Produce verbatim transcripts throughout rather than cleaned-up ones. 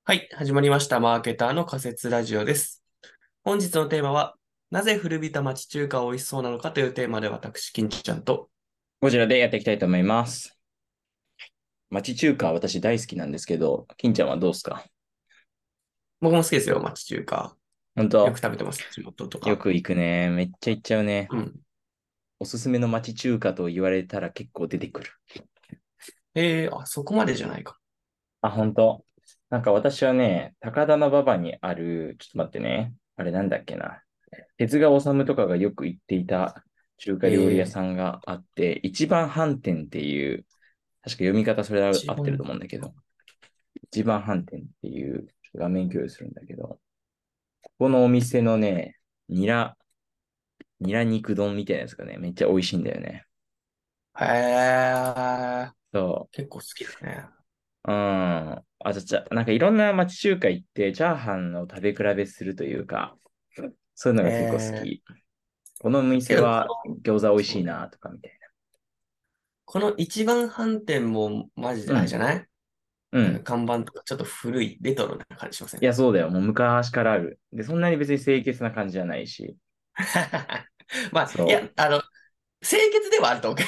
はい、始まりました。マーケターの仮説ラジオです。本日のテーマは、なぜ古びた町中華は美味しそうなのかというテーマで私、金ちゃんと、 こちらでやっていきたいと思います。町中華は私大好きなんですけど、金ちゃんはどうですか？ 僕も好きですよ、町中華。よく本当食べてます、地元とか。 よく行くね。めっちゃ行っちゃうね。 うん。 おすすめの町中華と言われたら結構出てくる。 えー、あ、そこまでじゃないか。 あ、本当なんか私はね、高田馬場にある、ちょっと待ってね。あれなんだっけな。手塚治虫とかがよく行っていた中華料理屋えー、 さんがあって、一番飯店っていう、確か読み方それで一番、 合ってると思うんだけど、一番飯店っていう、ちょっと画面共有するんだけど、ここのお店のね、ニラ、ニラ肉丼みたいなやつがね、めっちゃ美味しいんだよね。 へー、 そ結構好きだね。 う。うん。あと、じゃ、なんかいろんな町中華行って、チャーハンの食べ比べするというか、そういうのが結構好えー、 き。このおけど、こ店はの、 餃子美味しいそうね。 なとかみたいこの一番飯店もマジでな。うん。 あれじゃない？なんかうん。 看板とかちょっと古い、レトロな感じしません？ いや、そうだよ。もう昔からある。で、そんなに別に清潔な感じじゃないし。 まあ、いや、 そう。 あの、清潔ではあると思う。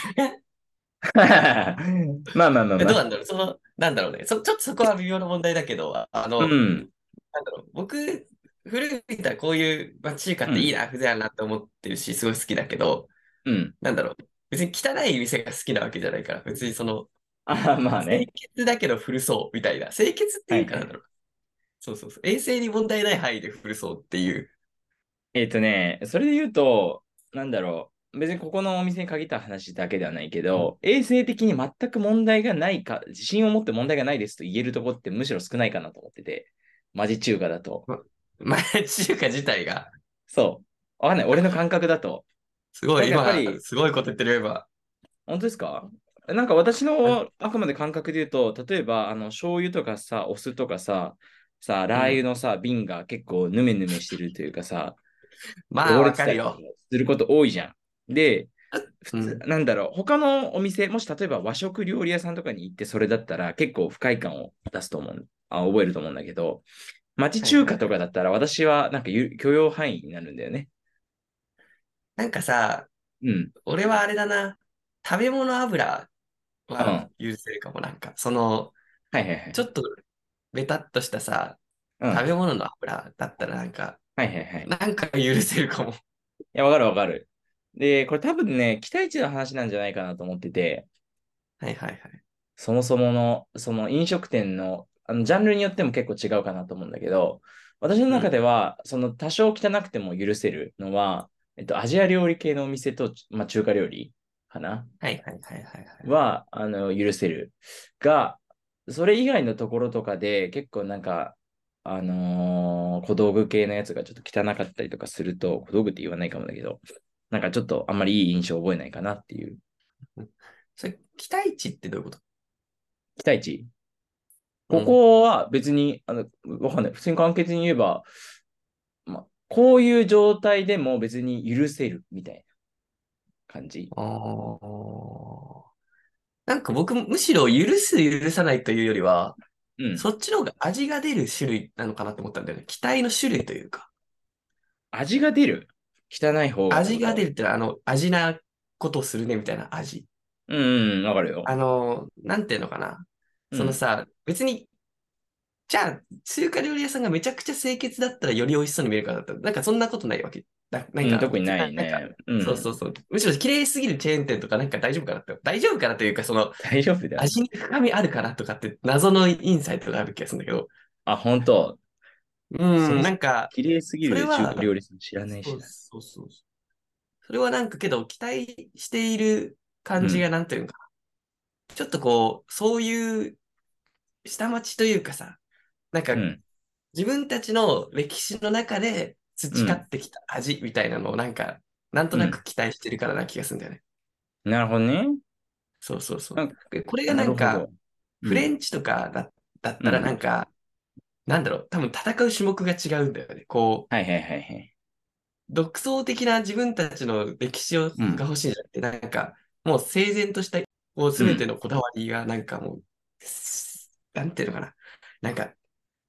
まあまあまあまあ。 どうなんだろう、その、なんだろうね。そ、ちょっとそこは微妙な問題だけど、ああの、 うん。 なんだろう、僕、古いたらこういう町中華うん。 っていいな、風情あるなって思ってるし、すごい好きだけど、 うん。 なんだろう、別に汚い店が好きなわけじゃないから、別にその、 あ、まあ清ね。 潔だけど古そうみたいな。清潔っていうかなんだろう。 はいはい。 そうそうそう。衛生に問題ない範囲で古そうっていう。 えっとね、それで言うと、なんだろう。別にここのお店に限った話だけではないけうん。 ど、衛生的に全く問題がないか、自信を持って問題がないですと言えるところってむしろ少ないかなと思ってて、マジ中華だと。 ま、町中華自体が、 そう。わかんない。俺の感覚だと。 すごい、 なんかやっぱ今、 り、 すごいこと言ってるよ、今。 本当ですか？なんか私あ、 のあくまで感覚で言うと、例えば、あの、醤油とかさ、お酢とかさ、さ、ラー油うん。 のさ、瓶が結構ヌメヌメしてるというかさ、 まあ、わ汚れてたりかるよ。 すること多いじゃん。で、普通、 うん。 なんだろう、他のお店、もし例えば和食料理屋さんとかに行ってそれだったら結構不快感を出すと思う、あ、覚えると思うんだけど、町はいはいはい。 中華とかだったら私はなんかゆ許容範囲になるんだよね。 なんかさ、 うん。 俺はあれだな。食べ物油はうん。 許せるかも。なんか、その、 はいはいはい。 ちょっとベタっとしたさ、 うん。 食べ物の油だったらなんか、 はいはいはい。 なんか許せるかも。 いや、わかるわかる。で、これ多分ね、期待値の話なんじゃないかなと思ってて、 はいはいはい。 そもそもの、その飲食店の、あの、ジャンルによっても結構違うかなと思うんだけど、私の中うん。 では、その多少汚くても許せるのは、えっと、アジア料理系のお店と、まあ、中華料理かなはいはいはいはいはい。 は、あの、許せる。が、それ以外のところとかで、結構なんか、あのー小道具系のやつがちょっと汚かったりとかすると、小道具って言わないかもだけど、なんかちょっとあんまりいい印象を覚えないかなっていう。 うん。それ、期待値ってどういうこと？ 期待値こうん。 こは別に、あの、わかんない。普通に簡潔に言えば、まあ、こういう状態でも別に許せるみたいな感じ。 ああ。なんか僕、むしろ許す許さないというよりは、 うん。 そっちの方が味が出る種類なのかなと思ったんだよね。期待の種類というか。 味が出る。汚い方がって味こと？ が出るってのは、あの、味なことをするねみたいな味。 うん、うん、わかるよ。 あの、なんていうのかな。 うん。 そのさ、別に、じゃあ、中華料理屋さんがめちゃくちゃ清潔だったらより美味しそうに見えるかだったら、なんかそんなことないわけ。な、なんうん、 か、 特にななんか、 いね。うん。 そうそうそう。むしろ綺麗すぎるチェーン店とかなんか大丈夫かなって。大丈夫かなというか、その、 大丈夫だよ。 味に深みあるかなとかって謎のインサイトがある気がするんだけど。 あ、本当。 うん、 そもそもなんか、 綺麗すぎそれる中華料は、 理さん知らないそうしな。 そうそう。それはなんかけど、期待している感じがうん。 なんていうのかな。ちょっとこう、そういう下町というかさ、なんかうん。 自分たちの歴史の中でうん。 培ってきた味みたいなのをなんか、なんとうん。 なく期待してるからな気がするんだよね。 なるほどね。 そうそうそう。 あ、 でこれがなんか、 なるほど。うん。 フレンチとかだ、だったらうん。 なんか、なんだろう、多分戦う種目が違うんだよね。こう、 はいはいはいはい。 独創的な自分たちの歴史をうん。 が欲しいんじゃなくて、なんか、もう整然とした、こう、すべてうん。 のこだわりが、なんかもう、すなんていうのかな。なんか、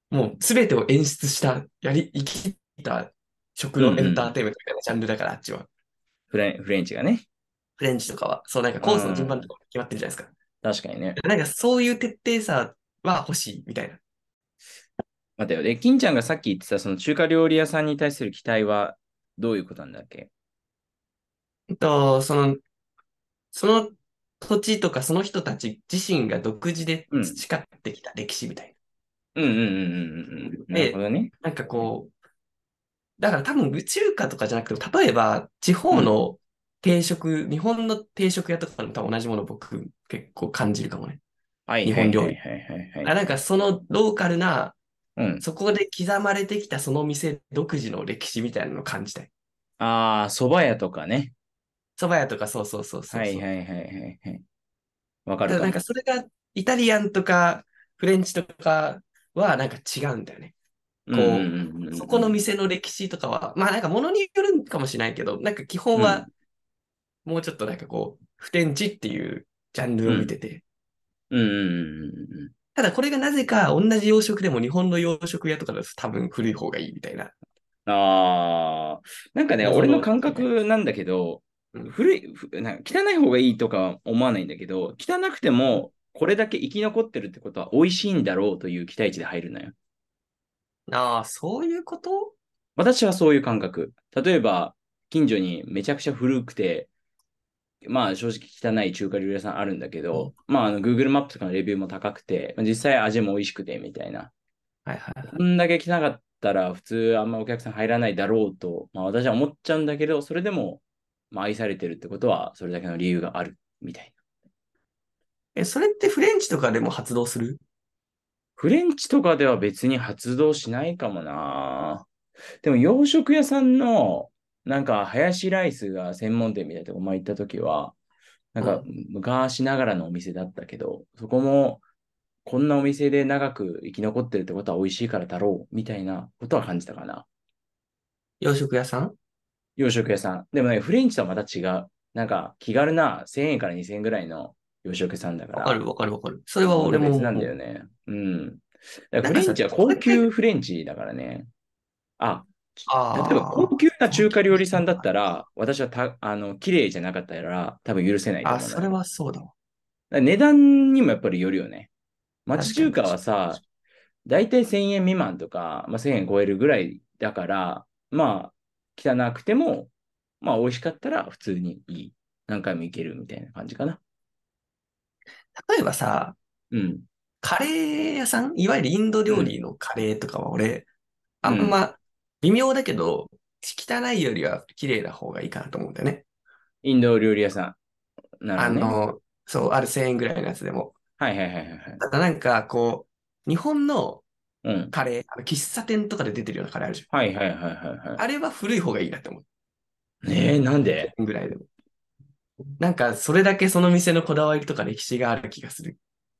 もう全てを演出した、やり、生きた食うんうのエンターん。 テインメントみたいなジャンルだから、あっちは。 フレン、フレンチがね。 フレンチとかは。そう、なんかうコースの順番とん。 か決まってるじゃないですか。 確かにね。 なんかそういう徹底さは欲しいみたいな。 待てよ。で、金ちゃんがさっき言ってた、その中華料理屋さんに対する期待はどういうことなんだっけ？ えっと、その、その土地とかその人たち自身が独自でうん。 培ってきた歴史みたいうんうんうんうんうんうん。 な。 なるほで、 どね。 なんかこう、だから多分宇宙化とかじゃなくても、例えば地うん。 方の定食、日本の定食屋とかでも多分同じものを僕結構感じるかもね。 はいはい日本料理。 はいはいはいはあ、 い。 なんかそのローカルな、 うん。 そこで刻まれてきたその店独自の歴史みたいなのを感じたい。 ああ、蕎麦屋とかね。 蕎麦屋とかそうそうそうそうはいそう。 はいはいはいはい。わかるただなんかかも。 それがイタリアンとかフレンチとかはなんか違うんだよね。 うんこう、 うんうんそこのうんうん。 店の歴史とかは、まあなんか物によるかもしれないけど、なんか基本うん。 はもうちょっとなんかこう、フレンチっていうジャンルうん。 を見てて。 うんうんうんうん。 ただこれがなぜか同じ洋食でも日本の洋食屋とかだと多分古い方がいいみたいなああ、なんかね、 謎俺の感の違い。 覚なんだけど、 うん。 古い、ふなんか汚い方がいいとかは思わないんだけど、汚くてもこれだけ生き残ってるってことは美味しいんだろうという期待値で入るのよ。 ああ、そういうこと。 私はそういう感覚。例えば、近所にめちゃくちゃ古くて、まあ正直汚い中華料理屋さんあるんだけうん。 ど、まああの Google マップとかのレビューも高くて、まあ実際味も美味しくてみたいな。 はいはいはい。 こんだけ汚かったら普通あんまお客さん入らないだろうと、まあ私は思っちゃうんだけど、それでも、まあ愛されてるってことはそれだけの理由があるみたいな。 え、それってフレンチとかでも発動する？ フレンチとかでは別に発動しないかもな。でも洋食屋さんのなんかハヤシライスが専門店みたいなとこ前行った時は、なんかうん。 昔ながらのお店だったけど、そこもこんなお店で長く生き残ってるってことは美味しいからだろうみたいなことは感じたかな。 洋食屋さん。 洋食屋さん。でもね、フレンチとはまた違う。なんか気軽なせんえんからにせんえんぐらいの洋食屋さんだから、 わかるわかるわかる。それは俺もまた別なんだ思う。 よね。うん。だからなんかさ、 フレンチは高これって、 級フレンチだからね。あ、例えば高ああ、 級な中華高級料理さんだっな。 たら、私はた、あの、綺麗じゃなかったら多分許せないとあ、 思うのよ。だかそれはそうだわ。 ら値段にもやっぱりよるよね。町確かに中華確かに。 はさ、だいたいせんえん未満とか、まあ、せんえん超えるぐらいだから、まあ、汚くても、まあ、美味しかったら普通にいい。何回もいけるみたいな感じかな。 例えばさ、 うん。 カレー屋さん、いわゆるインドうん。 料理のカレーとかは俺、あうん。 んま微妙だけど、汚いよりは綺麗な方がいいかなと思うんだよね。 インド料理屋さん。なるほあどね。 の、そう、あるせんえんぐらいのやつでも。 はいはいはいはいはい。 ただなんか、こう、日本のうん。 カレー、あの喫茶店とかで出てるようなカレーあるじゃん。 はいはいはいはいはあれは古い方がいいなって思う。 い。ねえ、なん 1000 で？ 円ぐらいでも。なんか、それだけその店のこだわりとか歴史がある気がする。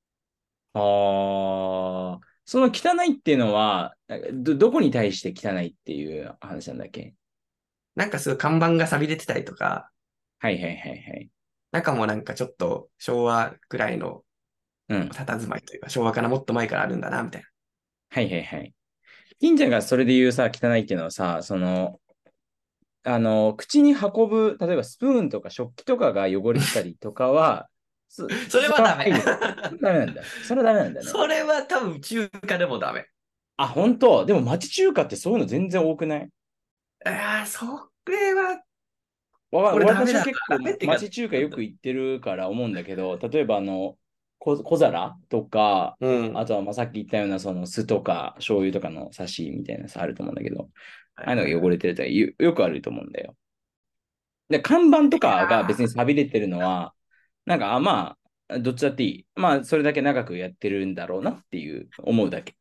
ああ、その汚いっていうのは、ど、どこに対して汚いっていう話なんだっけ？ なんかすごい看板が錆びれてたりとか、 はいはいはいはい。 中もなんかちょっと昭和くらいのうん。 佇まいというか、昭和からもっと前からあるんだな、みたいな。 はいはいはい。金ちゃんがそれで言うさ、汚いっていうのはさ、その、あの、口に運ぶ、例えばスプーンとか食器とかが汚れてたりとかは、そ、 それそはダメ。 れは入る。ダメなんだ。それはダメなんだね。 それは多分中華でもダメ。 あ、本当？でも町中華ってそういうの全然多くない？ ああ、それは、 わ、 俺ダメだな。 私は結構ダメっていうか、 町中華よく行ってるから思うんだけど、例えばあの、小、小皿とか、 うん。 あとはまあさっき言ったようなその酢とか醤油とかの差しみたいなさあると思うんだけど、 はいああいうのが汚はいはい。 れてるとかよ、よくあると思うんだよ。で、看板といやかが別に錆びれてるのは、なんか、あ、まあ、どっちだっていい。まあ、それだけ長くやってるんだろうなっていう思うだけ。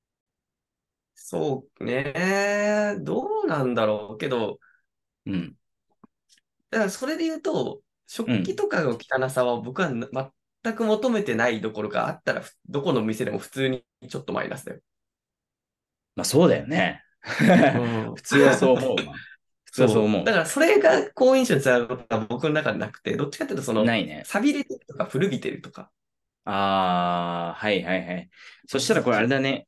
そうね。どうなんだろうけど、 うん。 だからそれで言うと、食器うん。 とかの汚さは僕はな全く求めてないどころかあったら、ふどこの店でも普通にちょっとマイナスだよ。 まあ、そうだよね。 うん。 普通はそう思うわ。普通はそうそう。だ思からそれが好印象につながることは僕の中でなくて、どっちかっていうとそう。 の、 ないね。 錆びれてるとか古びてるとか、 ああ、はいはいはい。そしたらこれあれそっち。 だね。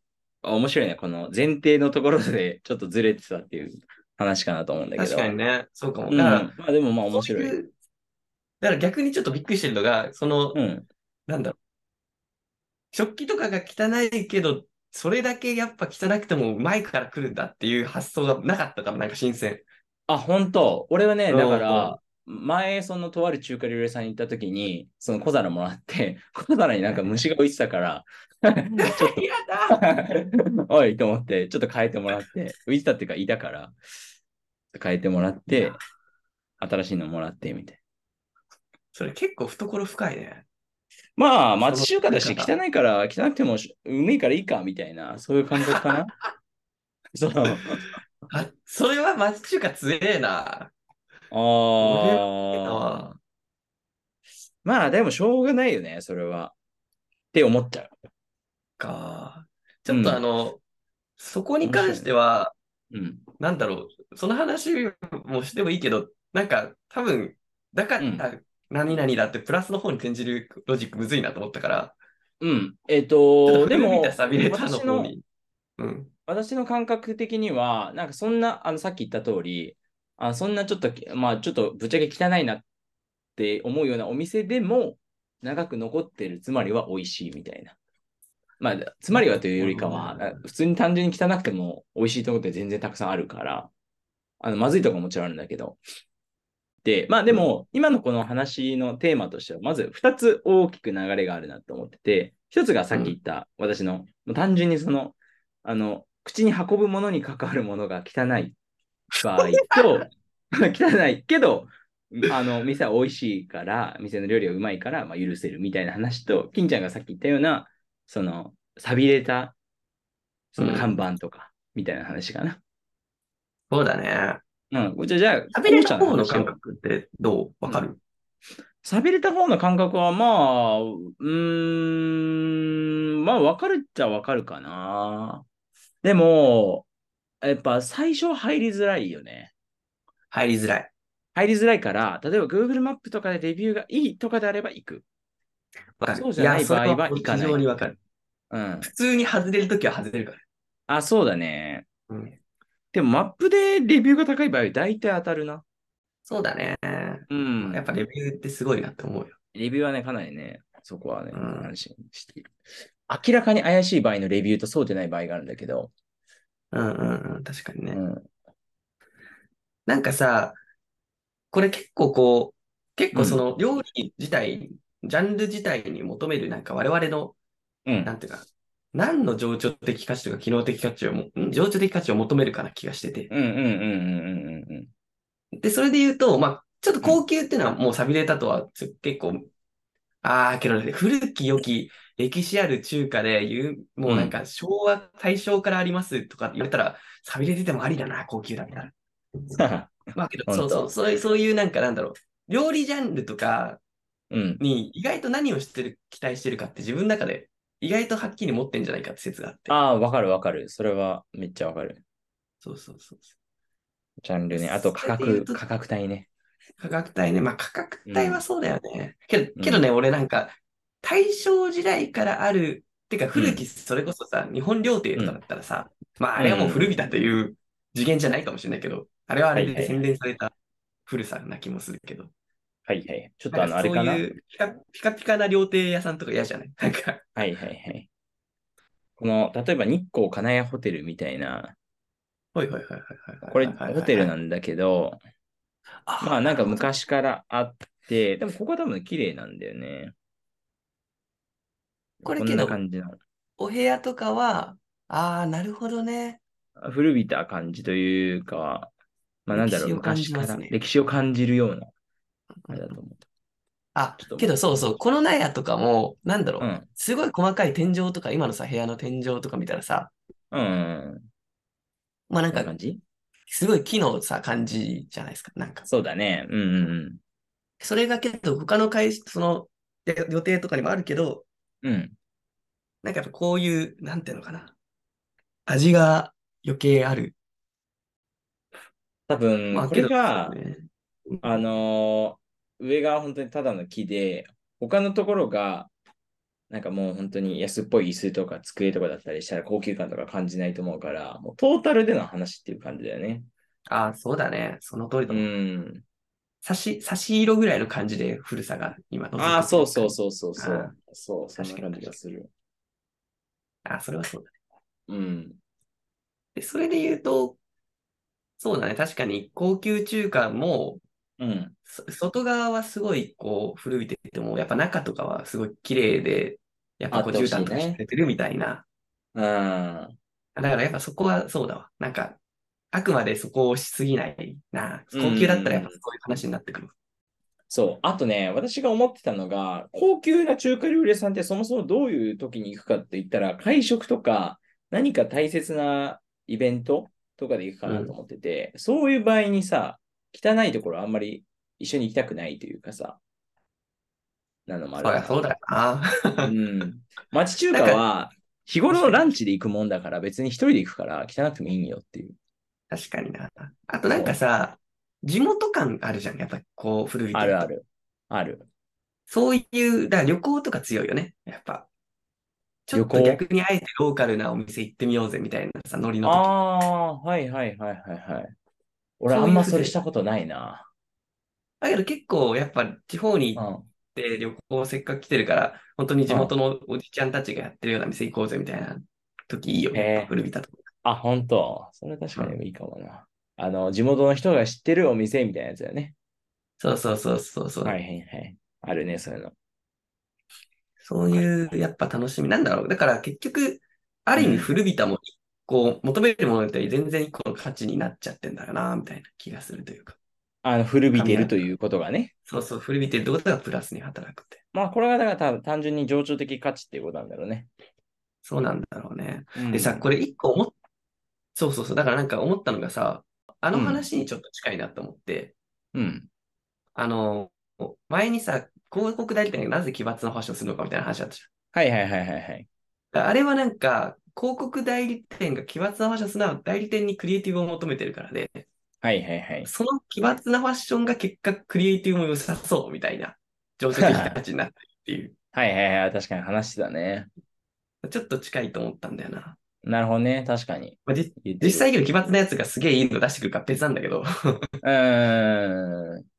面白いね。この前提のところでちょっとずれてたっていう話かなと思うんだけ確かにど。 ね、そうかも。だから、 うん。まあでもまあ面白い。 そういう、だから逆にちょっとびっくりしてるのが、その、 うん。 なんだろう、食器とかが汚いけど、それだけやっぱ汚くても前から来るんだっていう発想がなかったから、なんか新鮮。 あ、本当。俺はね、 うだかん。 ら、前、そのとある中華料理屋さんに行った時に、その小皿もらって、小皿になんか虫が浮いてたから、ちょっとやだ。 おいと思って、ちょっと変えてもらって、浮いてたっていうか、いたから、変えてもらっいや、 て、新しいのもらって、みたいそれ結構懐深いね。 な。まあ、 その町中華だし、 作り方。 汚いから、汚くてもしうめえからいいか、みたいな、そういう感覚かな。そう。 あ、それは町中華強えな。俺ああ、 は、 まあ、でもしょうがないよね、それは。って思っちゃう。 か。ちょっとあうん。 の、そこに関面白いね。 しては、 うん。 なんだろう、その話もしてもいいけど、なんか多分、だかうん。 ら何々だってプラスの方に転じるロジックむずいなと思ったから、 うん。えっちょっとと、で古びたも、 サビレターの私の、 方に。うん。 私の感覚的には、なんかそんな、あの、さっき言った通り、あ、そんなちょっと、まあ、ちょっとぶっちゃけ汚いなって思うようなお店でも、長く残ってる、つまりは美味しいみたいな。まあ、つまりはというよりかは、あ普通に単純に汚くても美味しいところって全然たくさんあるから、あの、まずいところももちろんあるんだけど、で、まあでうん。 も、今のこの話のテーマとしては、まずふたつ大きく流れがあるなと思ってて、ひとつがさうん。 っき言った私の、もう単純にその、あの、口に運ぶものに関わるものが汚い場合と、汚いけど、あの、店は美味しいから、店の料理はうまいから、まあ、許せるみたいな話と、金ちゃんがさっき言ったような、その、寂れた、その看うん。 板とか、みたいな話かな。 そうだね。 うん。じゃあ、じゃあ、 サビレ後者のタ方の話を。 感覚ってどうわうん。 かる？ 寂れた方の感覚は、まあ、うーん、まあ、わかるっちゃわかるかな。でも、やっぱ最初は入りづらいよね。 入りづらい。 入りづらいから、例えば Google マップとかでレビューがいいとかであれば行く。 わかる。 そうじいや、それゃない場合はは非行かない。 常にわかる。 うん。 普通に外れるときは外れるから。 あ、そうだね。 うん。 でもマップでレビューが高い場合、大体当たるな。 そうだね。 うん。 やっぱレビューってすごいなって思うよ。 レビューはね、かなりね、そこはね、 うん。 安心している。明らかに怪しい場合のレビューとそうでない場合があるんだけど、 うんうんうん。確かにね。 うん。 なんかさ、これ結構こう、結うん。 構その料理自体、ジャンル自体に求めるなんか我々の、 うん。 なんていうか、何の情緒的価値とか機能的価値をも、ん情緒的価値を求めるかな気がしてて。 うんうんうんうんうんうんで、それで言うと、まあ、ちょっとうん。 高級っていうのはもう寂れたとはつ結構、ああ、けどね、古き良き歴史ある中華で言う、もうん。 うなんか昭和、大正からありますとか言われたら、寂れててもありだな、高級だったら。まあけど、そうそう、 本当。 そういう、そういうなんかなんだろう、料理ジャンルとかうん。 に意外と何をしてる、期待してるかって自分の中で意外とはっきり持ってんじゃないかって説があって。 ああ、わかるわかる。それはめっちゃわかる。 そうそうそうそジャンルう。 ね。あとそ価格、 れで言うと、 価格帯ね。 価格帯ね。まあ価格帯はうん。 そうだよね。けど、 うん。 けどね、俺なんか、大正時代からある、てかうん。 古き、それこそさ、日本料亭とかだうん。 ったらさ、まああうん。 れはもう古びたうん。 という次元じゃないかもしれないけど、あれはあれで洗はいはいはい。 練された古さな気もするけど、 はいはい。ちょっとあの、あれなんかそうかな。 いうピカピカピカな料亭屋さんとか嫌じゃない？なんか、 はいはいはい。この、例えば日光金谷ホテルみたいな、 はいはいはいはいこれはいはいホはいはいはい。 テルなんだけど、まああ、 あなんかなるほどね。 昔からあって、でもここは多分綺麗なんだよね。こんなこれけど、 感じの。 お部屋とかは、ああ、なるほどね。 古びた感じというか、まあなんだろう、 歴史を感昔からじますね。 歴史を感じるような、あうんうん。 れだと思う。 あ、 ちょっとけ思ったね。 どそうそう、この納屋とかも、なんだろう、 うん。 すごい細かい天井とか、今のさ、部屋の天井とか見たらさ、 うん。 まあなんか、 こんな感じ。 すごい木のさ、感じじゃないですか。なんか。 そうだね。うんうんそれがけど、他の会社、その、で予定とかにもあるけど、 うん。うん。 なんかやっぱこういう、なんていうのかな。味が余計ある。 多分、 まあこれけど、そうが、 ね。 あのー上が本当にただの木で、他のところが、 なんかもう本当に安っぽい椅子とか机とかだったりしたら高級感とか感じないと思うから、もうトータルでの話っていう感じだよね。 ああ、そうだね。その通りだうわ。 ん。 差し、差し色ぐらいの感じで古さが今覗ああ、 けてそうる感じ。 そうそうそうああ、 そう。そう、そんな感じ確かに確かに。 がする。 ああ、それはそうだね。 うん。 で、それで言うと、そうだね。確かに高級中華も、 うん。 そ外側はすごいこう古びてても、やっぱ中とかはすごい綺麗で、やっぱこうあってほ絨毯とか引かしいね。 れてるみたいな。 うん。 だからやっぱそこはそうだわ。なんか、あくまでそこをしすぎないな。 う高級だったらやっぱん。 そういう話になってくる。 そう。あとね、私が思ってたのが、高級な中華料理屋さんってそもそもどういう時に行くかって言ったら、会食とか何か大切なイベントとかで行くかうん。 なと思ってて、そういう場合にさ、汚いところあんまり一緒に行きたくないというかさ、なのもあるかな。 そりゃそうだよな。 うん。町中なんか、 華は日頃確かに、 ランチで行くもんだから別に一人で行くから汚くてもいいよっていう。 確かにな。あとなんかそう。 さ、地元感あるじゃん。やっぱこう古びてると。 あるある。ある。 そういう、だから旅行とか強いよね。やっぱ。ちょっと旅行。 逆にあえてローカルなお店行ってみようぜみたいなさ、ノリのあ時。 あ、はいはいはいはいはい。俺あそうんまそれしいう風情。 たことないな。 だけど結構やっぱ地方に行っうん。 て旅行せっかく来てるから、本当に地うん。 元のおじちゃんたちがやってるような店行こうぜみたいな時いいよ。やっぱへえ。 古びたとこ。 あ、本当。それ確うん。 かにいいかもな。あの、地元の人が知ってるお店みたいなやつだよね。 そうそうそうそうそう。 はいはいはい。あるね、そういうの。 そういうやっぱ楽しみなんだろう。だから結局、ある意味うん。 古びたもこう求めるものだったり全然一個の価値になっちゃってんだよな、みたいな気がするというか。 あの、古び噛み合う。 てるということがね。 そうそう、古びてるってことがプラスに働くって。 まあ、これがだから多分単純に情緒的価値っていうことなんだろうね。 そうなんだろうね。でさ、 うん。 これ一個思っ、そうそうそう、だからなんか思ったのがさ、あのうん。 話にちょっと近いなと思って、 うん。 あの、前にさ、広告代理店がなぜ奇抜なファッションするのかみたいな話あったじはいはいはいはいはい。 ゃん。あれはなんか、広告代理店が奇抜なファッションするのは代理店にクリエイティブを求めてるからで、 はいはいはい。 その奇抜なファッションが結果クリエイティブも良さそうみたいな、情緒的価値になってるっていう、 はいはいはい。確かに話してたね。 ちょっと近いと思ったんだよな。 なるほどね。確かに。 まあ、じ言ってる。 実際けど奇抜なやつがすげえいいの出してくるから別なんだけど。 うーん。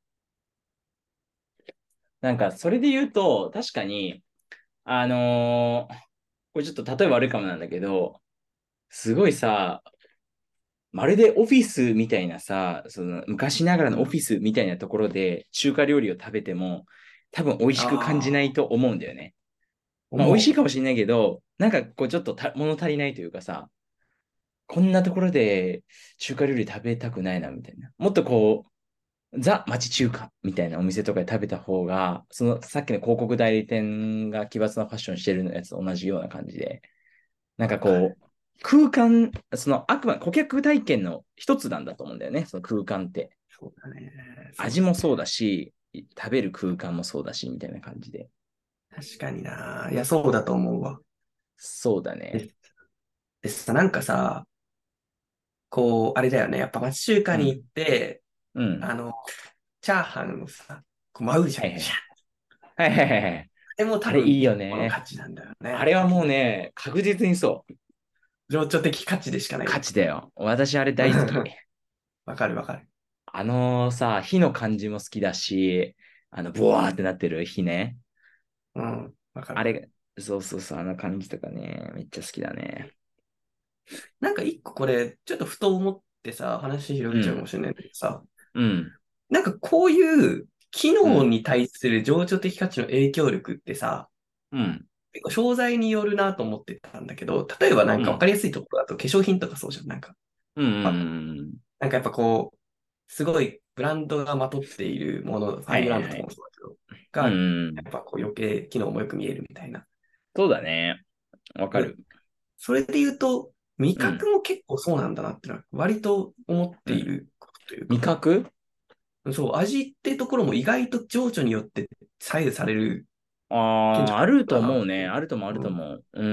なんか、それで言うと、確かに、あのーこれちょっと例えば悪いかもなんだけど、すごいさ、まるでオフィスみたいなさ、その昔ながらのオフィスみたいなところで中華料理を食べても、多分美味しく感じないああ、 と思うんだよね。まあ美味しい思う。 かもしれないけど、なんかこうちょっとた物足りないというかさ、こんなところで中華料理食べたくないなみたいな。もっとこう、ザ町中華みたいなお店とかで食べた方が、そのさっきの広告代理店が奇抜なファッションしてるやつと同じような感じで、なんかわかる。 こう、空間、そのあくまで顧客体験の一つなんだと思うんだよね、その空間って。 そうだね。そうだね。 味もそうだし、食べる空間もそうだし、みたいな感じで。 確かにな。いや、そうだと思うわ。 そうだね。 で、でさ、なんかさ、こう、あれだよね。やっぱ町中華に行っうん。 て、 うん。 あの、チャーハンをさ、こう舞うじゃん。シャはいはい。 ッ。 はいはいはいはい。 でも多あれいい分一個の価よね。 値なんだよね。 あれはもうね、確実にそう。 情緒的価値でしかない価よ。 値だよ。私あれ大好き。 わかるわかる。 あのさ、火の感じも好きだし、あの、ボワーってなってる火ね。 うん。わかるわ。 あれ、そうそうそう、あの感じとかね、めっちゃ好きだね。 なんか一個これ、ちょっとふと思ってさ、話広げちゃうかうん。 もしれないんだけどさ、 うん。 なんかこういう機うん。 能に対する情緒的価値の影響力ってさ、 うん。 結構商材によるなと思ってたんだけど、例えばなんうん。 かわかりやすいところだと化粧品とかそうじゃん。なんか、 うん。 パッうん。 なんかやっぱこう、すごいブランドがまとっているもの、ファはイブランドとかいはいはい。 もそうだけど、 うが、やん。 っぱこう余計機能もよく見えるみたいな。 そうだね。わかでる。 それで言うと、味うん。 覚も結構そうなんだなってのは割と思ってうん。 いることというか、 味覚。 そう、味ってところも意外と情緒によって左右される顕著ああー、あるとだな思うね。 って。 あるともあるうん。 と思う。うん。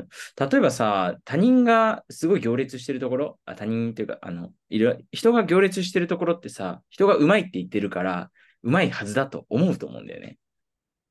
例えばさ、他人がすごい行列してるところ、あ、他人っていうか、あの、いる、人が行列してるところってさ、人がうまいって言ってるから、うまいはずだと思うと思うんだよね。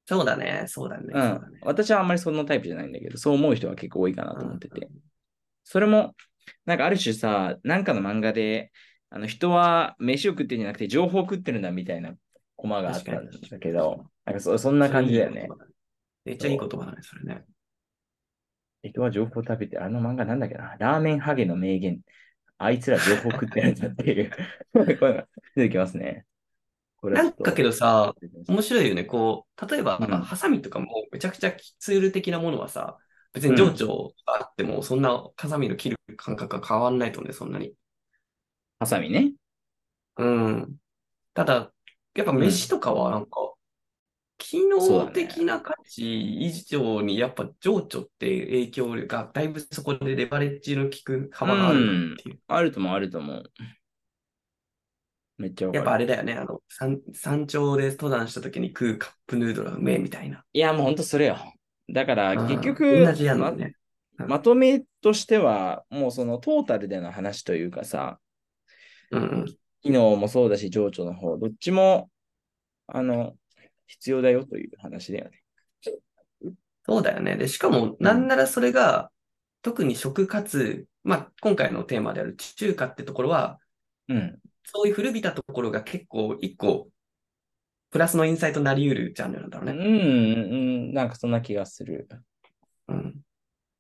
そうだね、そうだね、そううん。 だね。 私はあんまりそのタイプじゃないんだけど、そう思う人は結構多いかなうん、 と思ってて。それも、なんかある種さ、なんかの漫画で、あの人は飯を食ってるんじゃなくて情報を食ってるんだみたいなコマがあ確かに。 ったんだけど、なんかそ、そんなそれいい感じだよね。 言葉だね。めっちゃいいそう。 言葉だね、それね。 人は情報を食べて、あの漫画なんだっけな。ラーメンハゲの名言。あいつら情報食ってるんだっていうこういうのが出てきますね。これはちょっと。 なんかけどさ、面白いよね。こう、例えば、 うん。 ハサミとかもめちゃくちゃツール的なものはさ、別に情うん。 緒があっても、そんなハサミの切る感覚が変わんないとね、そんなに。 ハサミね。 うん。ただ、やっぱうん。 飯とかはなんか、機能そうだね。 的な価値以上に、やっぱ情緒って影響が、だいぶそこでレバレッジの効くう幅があるなっん。 ていう。 あるともあると思う。めっちゃわやっかる。 ぱあれだよね、あの、山、山頂で登山した時に食うカップヌードルがうめえみたいな。 いや、もうほんとそれよ。だから結うん。同局、 じやんのま、 ね。うん。 まとめとしては、もうそのトータルでの話というかさ、 うんうん。 機能もそうだし、情緒の方、どっちも、あの、必要だよという話だよね。 そうだよね。で、しかも、 うん。 なんならそれが、特に食かつ、まあ、今回のテーマである地中華ってところは、 うん。 そういう古びたところが結構一個、プラスのインサイトになり得るジャンルなんだろううん、 ね。 うん、なんかそんな気がする。 うん。っ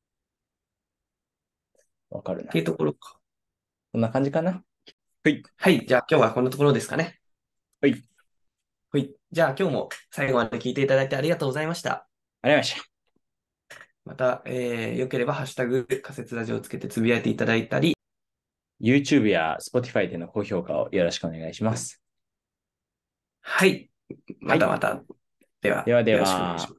わかるな。 ていうところか。 こんな感じかな。はい。 はい。じゃあ今日はこんなところですかね。 はい。 はい。じゃあ今日も最後まで聞いていただいてありがとうございました。 ありがとうございました。 また、えー、よければハッシュタグ仮説ラジオをつけてつぶやいていただいたり、 YouTube や Spotify での高評価をよろしくお願いします。 はい。 はい。 またまた。では、 ではでよろしくお願いします。 は。